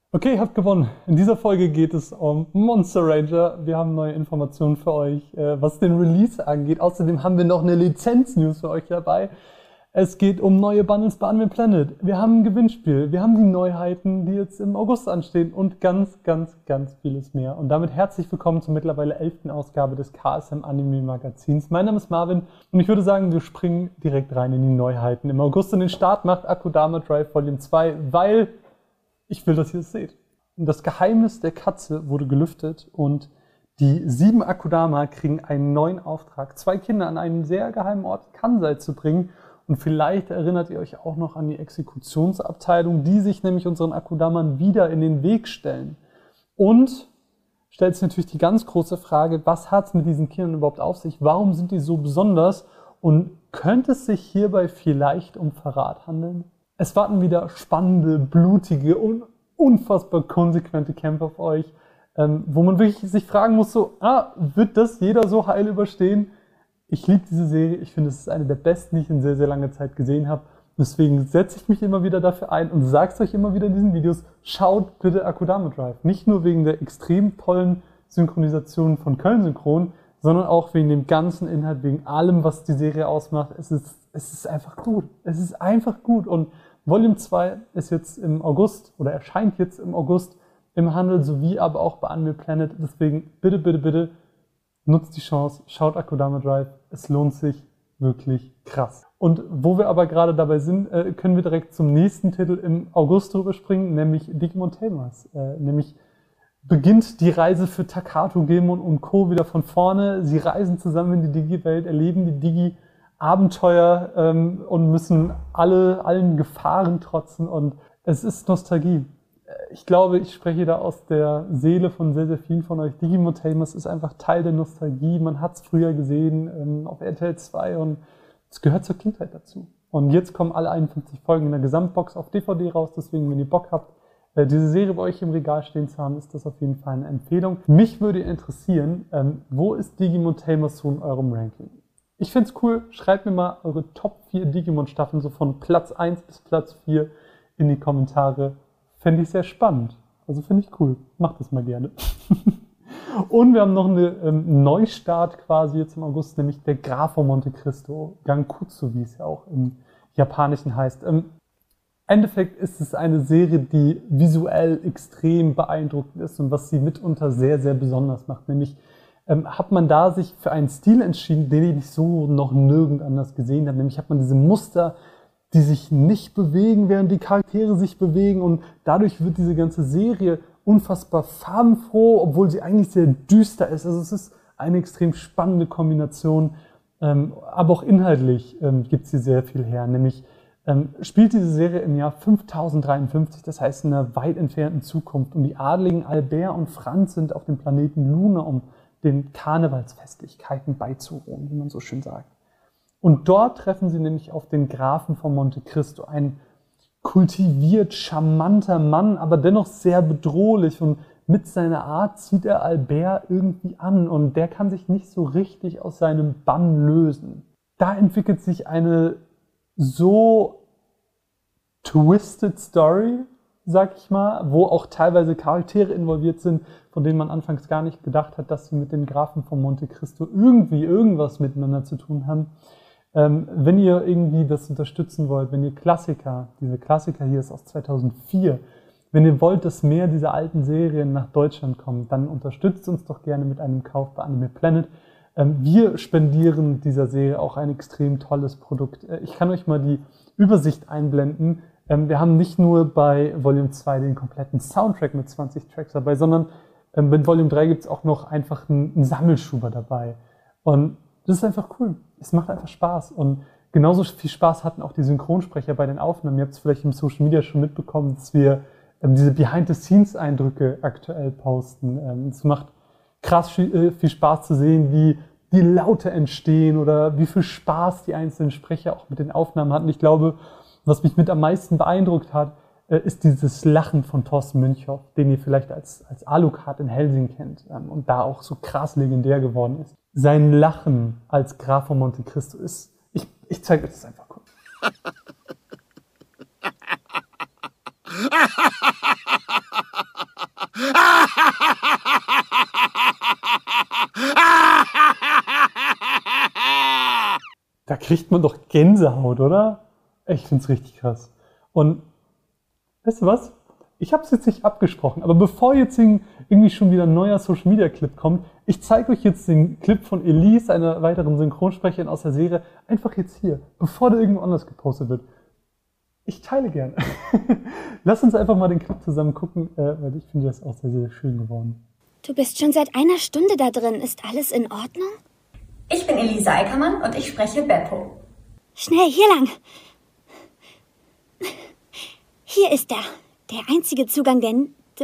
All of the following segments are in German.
Okay, habt gewonnen. In dieser Folge geht es um Monster Ranger. Wir haben neue Informationen für euch, was den Release angeht. Außerdem haben wir noch eine Lizenz-News für euch dabei. Es geht um neue Bundles bei Animal Planet. Wir haben ein Gewinnspiel. Wir haben die Neuheiten, die jetzt im August anstehen und ganz, ganz, ganz vieles mehr. Und damit herzlich willkommen zur mittlerweile 11. Ausgabe des KSM Anime Magazins. Mein Name ist Marvin und ich würde sagen, wir springen direkt rein in die Neuheiten. Im August in den Start macht Akudama Drive Volume 2, weil ich will, dass ihr es seht. Das Geheimnis der Katze wurde gelüftet und die 7 Akudama kriegen einen neuen Auftrag, 2 Kinder an einen sehr geheimen Ort Kansai zu bringen. Und vielleicht erinnert ihr euch auch noch an die Exekutionsabteilung, die sich nämlich unseren Akudaman wieder in den Weg stellen. Und stellt sich natürlich die ganz große Frage, was hat es mit diesen Kindern überhaupt auf sich? Warum sind die so besonders? Und könnte es sich hierbei vielleicht um Verrat handeln? Es warten wieder spannende, blutige und unfassbar konsequente Kämpfe auf euch, wo man wirklich sich fragen muss, wird das jeder so heil überstehen? Ich liebe diese Serie, ich finde, es ist eine der besten, die ich in sehr, sehr langer Zeit gesehen habe. Deswegen setze ich mich immer wieder dafür ein und sage es euch immer wieder in diesen Videos, schaut bitte Akudama Drive. Nicht nur wegen der extrem tollen Synchronisation von Köln Synchron, sondern auch wegen dem ganzen Inhalt, wegen allem, was die Serie ausmacht. Es ist einfach gut. Es ist einfach gut. Und Volume 2 ist jetzt im August oder erscheint jetzt im August im Handel, sowie aber auch bei Animal Planet. Deswegen bitte, bitte, bitte nutzt die Chance, schaut Akudama Drive. Es lohnt sich wirklich krass. Und wo wir aber gerade dabei sind, können wir direkt zum nächsten Titel im August drüber springen, nämlich Digimon Tamers. Nämlich beginnt die Reise für Takato, Gilmon und Co. wieder von vorne. Sie reisen zusammen in die Digi-Welt, erleben die Digi-Abenteuer und müssen allen Gefahren trotzen. Und es ist Nostalgie. Ich glaube, ich spreche da aus der Seele von sehr, sehr vielen von euch. Digimon Tamers ist einfach Teil der Nostalgie. Man hat es früher gesehen auf RTL 2 und es gehört zur Kindheit dazu. Und jetzt kommen alle 51 Folgen in der Gesamtbox auf DVD raus. Deswegen, wenn ihr Bock habt, diese Serie bei euch im Regal stehen zu haben, ist das auf jeden Fall eine Empfehlung. Mich würde interessieren, wo ist Digimon Tamers so in eurem Ranking? Ich finde es cool, schreibt mir mal eure Top 4 Digimon-Staffeln so von Platz 1 bis Platz 4 in die Kommentare. Fände ich sehr spannend. Also finde ich cool. Macht das mal gerne. Und wir haben noch einen Neustart quasi jetzt im August, nämlich der Graf von Monte Cristo, Gankutsu, wie es ja auch im Japanischen heißt. Im Endeffekt ist es eine Serie, die visuell extrem beeindruckend ist und was sie mitunter sehr, sehr besonders macht. Nämlich hat man da sich für einen Stil entschieden, den ich so noch nirgend anders gesehen habe. Nämlich hat man diese Muster, die sich nicht bewegen, während die Charaktere sich bewegen. Und dadurch wird diese ganze Serie unfassbar farbenfroh, obwohl sie eigentlich sehr düster ist. Also es ist eine extrem spannende Kombination. Aber auch inhaltlich gibt sie sehr viel her. Nämlich spielt diese Serie im Jahr 5053, das heißt in einer weit entfernten Zukunft. Und die Adligen Albert und Franz sind auf dem Planeten Luna, um den Karnevalsfestlichkeiten beizuwohnen, wie man so schön sagt. Und dort treffen sie nämlich auf den Grafen von Monte Cristo, ein kultiviert, charmanter Mann, aber dennoch sehr bedrohlich. Und mit seiner Art zieht er Albert irgendwie an und der kann sich nicht so richtig aus seinem Bann lösen. Da entwickelt sich eine so twisted Story, sag ich mal, wo auch teilweise Charaktere involviert sind, von denen man anfangs gar nicht gedacht hat, dass sie mit den Grafen von Monte Cristo irgendwas miteinander zu tun haben. Wenn ihr irgendwie das unterstützen wollt, wenn ihr diese Klassiker hier ist aus 2004, wenn ihr wollt, dass mehr dieser alten Serien nach Deutschland kommen, dann unterstützt uns doch gerne mit einem Kauf bei Anime Planet. Wir spendieren dieser Serie auch ein extrem tolles Produkt. Ich kann euch mal die Übersicht einblenden. Wir haben nicht nur bei Volume 2 den kompletten Soundtrack mit 20 Tracks dabei, sondern bei Volume 3 gibt es auch noch einfach einen Sammelschuber dabei. Und das ist einfach cool. Es macht einfach Spaß. Und genauso viel Spaß hatten auch die Synchronsprecher bei den Aufnahmen. Ihr habt es vielleicht im Social Media schon mitbekommen, dass wir diese Behind-the-Scenes-Eindrücke aktuell posten. Es macht krass viel Spaß zu sehen, wie die Laute entstehen oder wie viel Spaß die einzelnen Sprecher auch mit den Aufnahmen hatten. Ich glaube, was mich mit am meisten beeindruckt hat, ist dieses Lachen von Thorsten Münchow, den ihr vielleicht als Alucard in Hellsing kennt und da auch so krass legendär geworden ist. Sein Lachen als Graf von Monte Cristo ist, ich zeige euch das einfach kurz. kriegt man doch Gänsehaut, oder? Ich find's richtig krass. Und weißt du was? Ich habe es jetzt nicht abgesprochen, aber bevor jetzt irgendwie schon wieder ein neuer Social-Media-Clip kommt, ich zeige euch jetzt den Clip von Elise, einer weiteren Synchronsprecherin aus der Serie, einfach jetzt hier, bevor der irgendwo anders gepostet wird. Ich teile gern. Lass uns einfach mal den Clip zusammen gucken, weil ich finde das auch sehr, sehr schön geworden. Du bist schon seit einer Stunde da drin. Ist alles in Ordnung? Ich bin Elise Eickermann und ich spreche Beppo. Schnell, hier lang. Hier ist er. Der einzige Zugang, der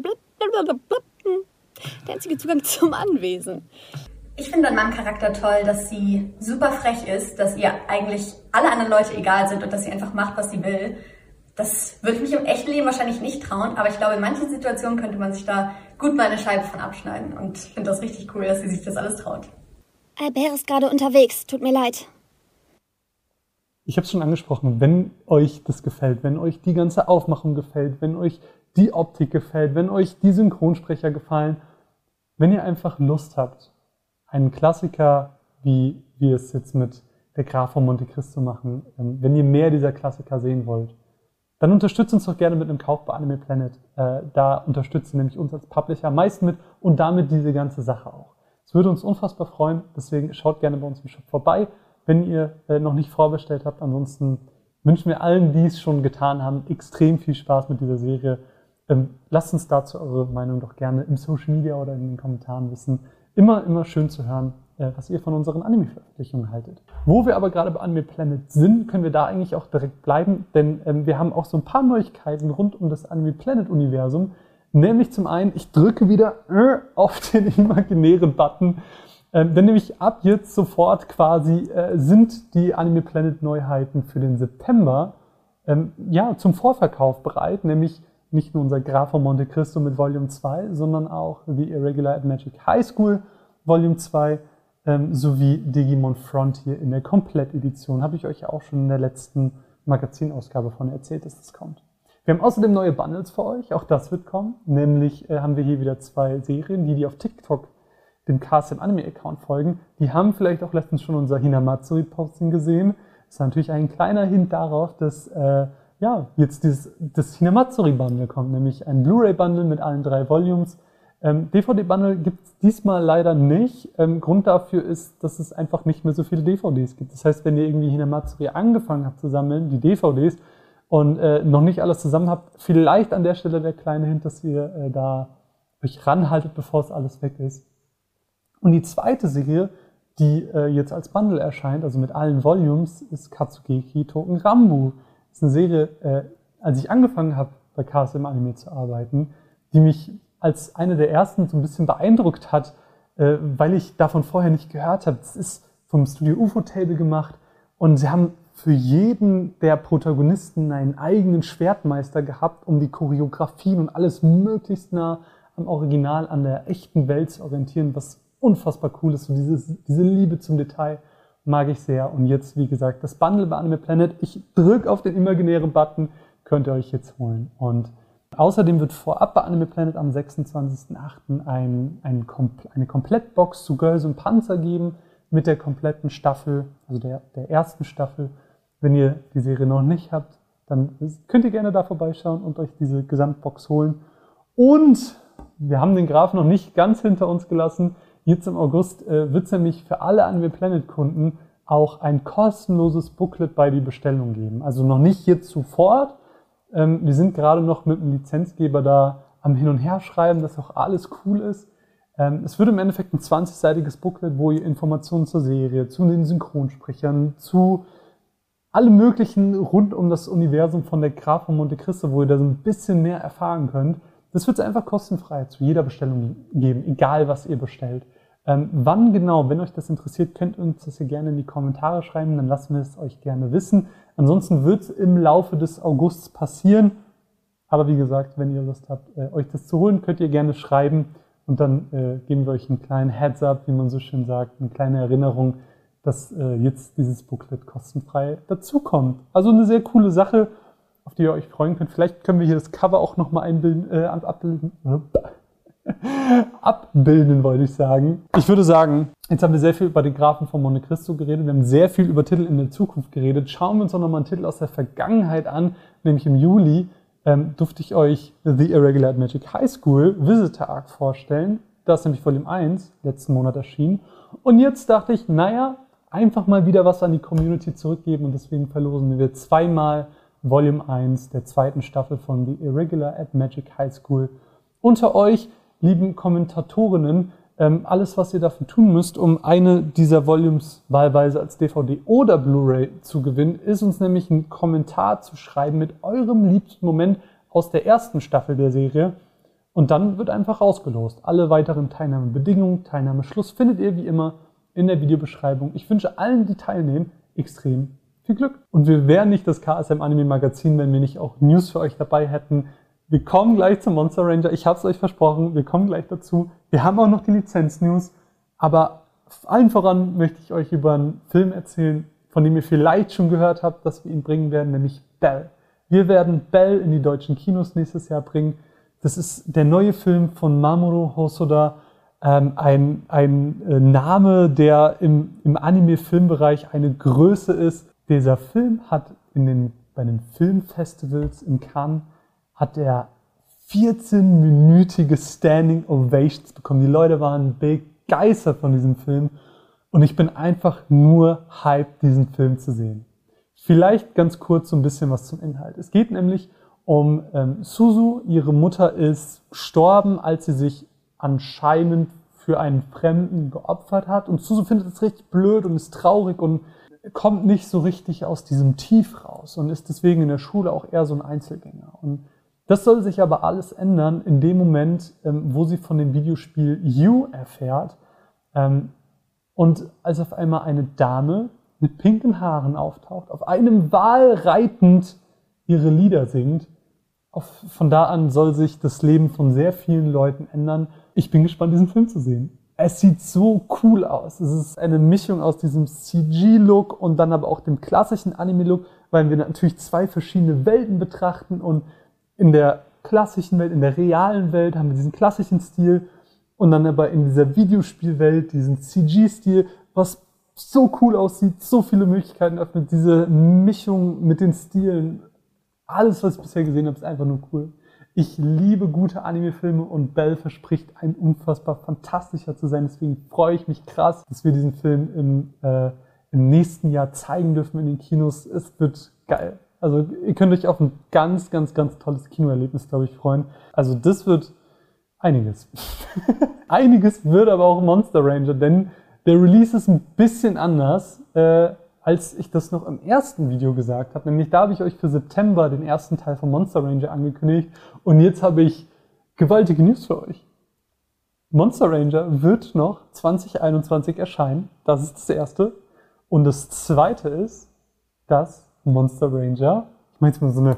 einzige Zugang zum Anwesen. Ich finde an meinem Charakter toll, dass sie super frech ist, dass ihr eigentlich alle anderen Leute egal sind und dass sie einfach macht, was sie will. Das würde ich mich im echten Leben wahrscheinlich nicht trauen, aber ich glaube, in manchen Situationen könnte man sich da gut mal eine Scheibe von abschneiden. Und ich finde das richtig cool, dass sie sich das alles traut. Albert ist gerade unterwegs. Tut mir leid. Ich habe es schon angesprochen, wenn euch das gefällt, wenn euch die ganze Aufmachung gefällt, wenn euch die Optik gefällt, wenn euch die Synchronsprecher gefallen, wenn ihr einfach Lust habt, einen Klassiker, wie wir es jetzt mit der Graf von Monte Cristo machen, wenn ihr mehr dieser Klassiker sehen wollt, dann unterstützt uns doch gerne mit einem Kauf bei Anime Planet. Da unterstützt ihr nämlich uns als Publisher am meisten mit und damit diese ganze Sache auch. Es würde uns unfassbar freuen, deswegen schaut gerne bei uns im Shop vorbei, wenn ihr noch nicht vorbestellt habt. Ansonsten wünschen wir allen, die es schon getan haben, extrem viel Spaß mit dieser Serie. Lasst uns dazu eure Meinung doch gerne im Social Media oder in den Kommentaren wissen. Immer schön zu hören, was ihr von unseren Anime-Veröffentlichungen haltet. Wo wir aber gerade bei Anime Planet sind, können wir da eigentlich auch direkt bleiben, denn wir haben auch so ein paar Neuigkeiten rund um das Anime Planet-Universum. Nämlich zum einen, ich drücke wieder auf den imaginären Button, denn nämlich ab jetzt sofort quasi sind die Anime Planet Neuheiten für den September zum Vorverkauf bereit, nämlich nicht nur unser Graf von Monte Cristo mit Volume 2, sondern auch The Irregular at Magic High School Volume 2 sowie Digimon Frontier in der Komplettedition. Habe ich euch auch schon in der letzten Magazinausgabe von erzählt, dass das kommt. Wir haben außerdem neue Bundles für euch, auch das wird kommen. Nämlich haben wir hier wieder 2 Serien, die auf TikTok dem KSM Anime Account folgen. Die haben vielleicht auch letztens schon unser Hinamatsuri-Posting gesehen. Das ist natürlich ein kleiner Hint darauf, dass jetzt das Hinamatsuri-Bundle kommt, nämlich ein Blu-ray-Bundle mit allen 3 Volumes. DVD-Bundle gibt es diesmal leider nicht. Grund dafür ist, dass es einfach nicht mehr so viele DVDs gibt. Das heißt, wenn ihr irgendwie Hinamatsuri angefangen habt zu sammeln, die DVDs, und noch nicht alles zusammen habt, vielleicht an der Stelle der kleine Hint, dass ihr da euch ranhaltet, bevor es alles weg ist. Und die zweite Serie, die jetzt als Bundle erscheint, also mit allen Volumes, ist Katsugeki Touken Ranbu. Das ist eine Serie, als ich angefangen habe, bei KSM Anime zu arbeiten, die mich als eine der ersten so ein bisschen beeindruckt hat, weil ich davon vorher nicht gehört habe. Das ist vom Studio UFO-Table gemacht und sie haben für jeden der Protagonisten einen eigenen Schwertmeister gehabt, um die Choreografien und alles möglichst nah am Original, an der echten Welt zu orientieren, was unfassbar cool ist. So diese Liebe zum Detail mag ich sehr. Und jetzt, wie gesagt, das Bundle bei Anime Planet. Ich drücke auf den imaginären Button, könnt ihr euch jetzt holen. Und außerdem wird vorab bei Anime Planet am 26.08. eine Komplettbox zu Girls und Panzer geben mit der kompletten Staffel, also der ersten Staffel. Wenn ihr die Serie noch nicht habt, dann könnt ihr gerne da vorbeischauen und euch diese Gesamtbox holen. Und wir haben den Graf noch nicht ganz hinter uns gelassen. Jetzt im August wird es nämlich für alle Anime Planet Kunden auch ein kostenloses Booklet bei die Bestellung geben. Also noch nicht jetzt sofort. Wir sind gerade noch mit dem Lizenzgeber da am Hin- und Herschreiben, dass auch alles cool ist. Es wird im Endeffekt ein 20-seitiges Booklet, wo ihr Informationen zur Serie, zu den Synchronsprechern, zu allem Möglichen rund um das Universum von der Graf von Monte Cristo, wo ihr da so ein bisschen mehr erfahren könnt. Das wird es einfach kostenfrei zu jeder Bestellung geben, egal was ihr bestellt. Wann genau, wenn euch das interessiert, könnt ihr uns das hier gerne in die Kommentare schreiben, dann lassen wir es euch gerne wissen. Ansonsten wird es im Laufe des Augusts passieren. Aber wie gesagt, wenn ihr Lust habt, euch das zu holen, könnt ihr gerne schreiben und dann geben wir euch einen kleinen Heads-up, wie man so schön sagt, eine kleine Erinnerung, dass jetzt dieses Booklet kostenfrei dazukommt. Also eine sehr coole Sache, auf die ihr euch freuen könnt. Vielleicht können wir hier das Cover auch nochmal abbilden. abbilden, wollte ich sagen. Ich würde sagen, jetzt haben wir sehr viel über den Grafen von Monte Cristo geredet. Wir haben sehr viel über Titel in der Zukunft geredet. Schauen wir uns doch nochmal einen Titel aus der Vergangenheit an, nämlich im Juli durfte ich euch The Irregular at Magic High School Visitor Arc vorstellen. Das ist nämlich Volume 1, letzten Monat erschienen. Und jetzt dachte ich, naja, einfach mal wieder was an die Community zurückgeben und deswegen verlosen wir zweimal Volume 1 der zweiten Staffel von The Irregular at Magic High School unter euch, lieben Kommentatorinnen. Alles, was ihr dafür tun müsst, um eine dieser Volumes wahlweise als DVD oder Blu-ray zu gewinnen, ist uns nämlich einen Kommentar zu schreiben mit eurem liebsten Moment aus der ersten Staffel der Serie. Und dann wird einfach ausgelost. Alle weiteren Teilnahmebedingungen, Teilnahmeschluss findet ihr wie immer in der Videobeschreibung. Ich wünsche allen, die teilnehmen, extrem viel Glück. Und wir wären nicht das KSM Anime Magazin, wenn wir nicht auch News für euch dabei hätten. Wir kommen gleich zum Monster Ranger. Ich habe es euch versprochen, wir kommen gleich dazu. Wir haben auch noch die Lizenz-News. Aber allen voran möchte ich euch über einen Film erzählen, von dem ihr vielleicht schon gehört habt, dass wir ihn bringen werden, nämlich Belle. Wir werden Belle in die deutschen Kinos nächstes Jahr bringen. Das ist der neue Film von Mamoru Hosoda, ein Name, der im Anime-Filmbereich eine Größe ist. Dieser Film hat bei den Filmfestivals in Cannes hat er 14-minütige Standing Ovations bekommen. Die Leute waren begeistert von diesem Film und ich bin einfach nur hyped, diesen Film zu sehen. Vielleicht ganz kurz so ein bisschen was zum Inhalt. Es geht nämlich um Suzu. Ihre Mutter ist gestorben, als sie sich anscheinend für einen Fremden geopfert hat. Und Suzu findet es richtig blöd und ist traurig und kommt nicht so richtig aus diesem Tief raus und ist deswegen in der Schule auch eher so ein Einzelgänger. Und das soll sich aber alles ändern in dem Moment, wo sie von dem Videospiel You erfährt. Und als auf einmal eine Dame mit pinken Haaren auftaucht, auf einem Wal reitend ihre Lieder singt. Von da an soll sich das Leben von sehr vielen Leuten ändern. Ich bin gespannt, diesen Film zu sehen. Es sieht so cool aus. Es ist eine Mischung aus diesem CG-Look und dann aber auch dem klassischen Anime-Look, weil wir natürlich zwei verschiedene Welten betrachten. Und in der klassischen Welt, in der realen Welt haben wir diesen klassischen Stil und dann aber in dieser Videospielwelt diesen CG-Stil, was so cool aussieht, so viele Möglichkeiten öffnet. Diese Mischung mit den Stilen, alles, was ich bisher gesehen habe, ist einfach nur cool. Ich liebe gute Anime-Filme und Belle verspricht ein unfassbar fantastischer zu sein. Deswegen freue ich mich krass, dass wir diesen Film im nächsten Jahr zeigen dürfen in den Kinos. Es wird geil. Also ihr könnt euch auf ein ganz, ganz, ganz tolles Kinoerlebnis, glaube ich, freuen. Also das wird einiges. Einiges wird aber auch Monster Ranger, denn der Release ist ein bisschen anders, als ich das noch im ersten Video gesagt habe. Nämlich da habe ich euch für September den ersten Teil von Monster Ranger angekündigt und jetzt habe ich gewaltige News für euch. Monster Ranger wird noch 2021 erscheinen. Das ist das erste. Und das zweite ist, dass Monster Ranger, ich meine jetzt mal so eine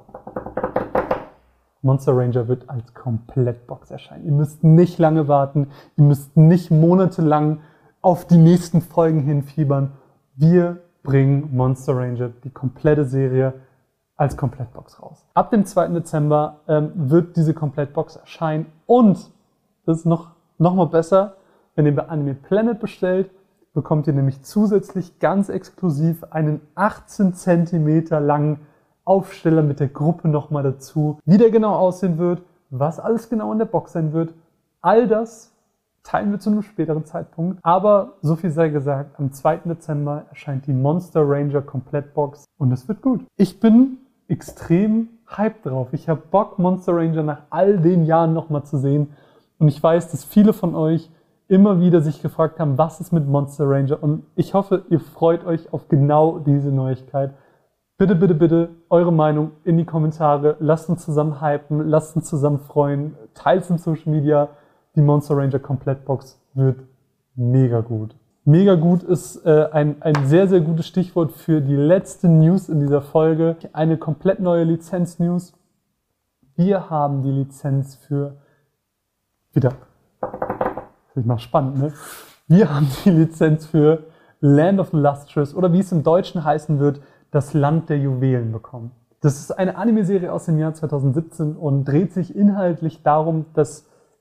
Monster Ranger wird als Komplettbox erscheinen. Ihr müsst nicht lange warten, ihr müsst nicht monatelang auf die nächsten Folgen hinfiebern. Wir bringen Monster Ranger, die komplette Serie, als Komplettbox raus. Ab dem 2. Dezember wird diese Komplettbox erscheinen und das ist noch mal besser, wenn ihr bei Anime Planet bestellt, bekommt ihr nämlich zusätzlich ganz exklusiv einen 18 cm langen Aufsteller mit der Gruppe nochmal dazu. Wie der genau aussehen wird, was alles genau in der Box sein wird, all das teilen wir zu einem späteren Zeitpunkt. Aber so viel sei gesagt, am 2. Dezember erscheint die Monster Ranger Komplettbox und es wird gut. Ich bin extrem hyped drauf. Ich habe Bock, Monster Ranger nach all den Jahren nochmal zu sehen. Und ich weiß, dass viele von euch immer wieder sich gefragt haben, was ist mit Monster Ranger? Und ich hoffe, ihr freut euch auf genau diese Neuigkeit. Bitte, bitte, bitte eure Meinung in die Kommentare. Lasst uns zusammen hypen, lasst uns zusammen freuen. Teilt es in Social Media. Die Monster Ranger Komplettbox wird mega gut. Mega gut ist ein sehr, sehr gutes Stichwort für die letzte News in dieser Folge. Eine komplett neue Lizenz-News. Wir haben die Lizenz für... Wieder. Ich mach spannend, ne? Wir haben die Lizenz für Land of the Lustrous oder wie es im Deutschen heißen wird, das Land der Juwelen bekommen. Das ist eine Anime-Serie aus dem Jahr 2017 und dreht sich inhaltlich darum, dass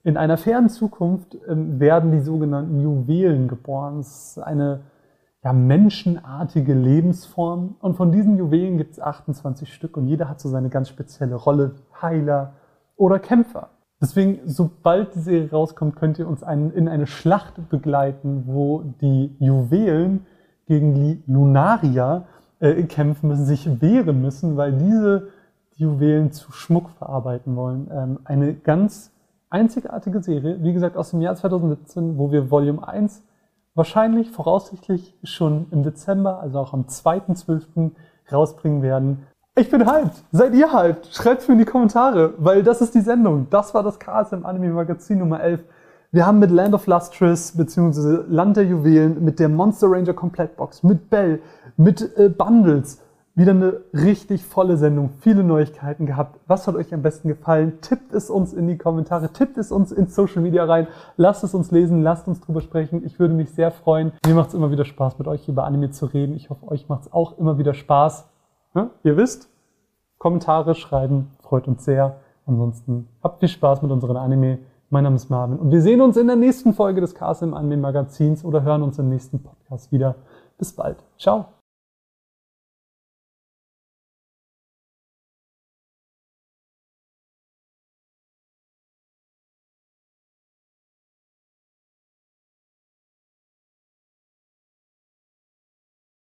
In einer fernen Zukunft werden die sogenannten Juwelen geboren. Das ist eine menschenartige Lebensform. Und von diesen Juwelen gibt es 28 Stück und jeder hat so seine ganz spezielle Rolle, Heiler oder Kämpfer. Deswegen, sobald die Serie rauskommt, könnt ihr uns in eine Schlacht begleiten, wo die Juwelen gegen die Lunarier kämpfen müssen, sich wehren müssen, weil diese Juwelen zu Schmuck verarbeiten wollen. Eine ganz einzigartige Serie, wie gesagt aus dem Jahr 2017, wo wir Volume 1 wahrscheinlich, voraussichtlich schon im Dezember, also auch am 2.12. rausbringen werden. Ich bin hyped. Seid ihr hyped? Schreibt's mir in die Kommentare, weil das ist die Sendung. Das war das KSM Anime Magazin Nummer 11. Wir haben mit Land of Lustrous, beziehungsweise Land der Juwelen, mit der Monster Ranger Komplettbox, mit Bell, mit Bundles, wieder eine richtig volle Sendung, viele Neuigkeiten gehabt. Was hat euch am besten gefallen? Tippt es uns in die Kommentare, tippt es uns in Social Media rein, lasst es uns lesen, lasst uns drüber sprechen. Ich würde mich sehr freuen. Mir macht es immer wieder Spaß, mit euch über Anime zu reden. Ich hoffe, euch macht es auch immer wieder Spaß. Ja, ihr wisst, Kommentare schreiben, freut uns sehr. Ansonsten habt viel Spaß mit unseren Anime. Mein Name ist Marvin und wir sehen uns in der nächsten Folge des KSM Anime Magazins oder hören uns im nächsten Podcast wieder. Bis bald. Ciao.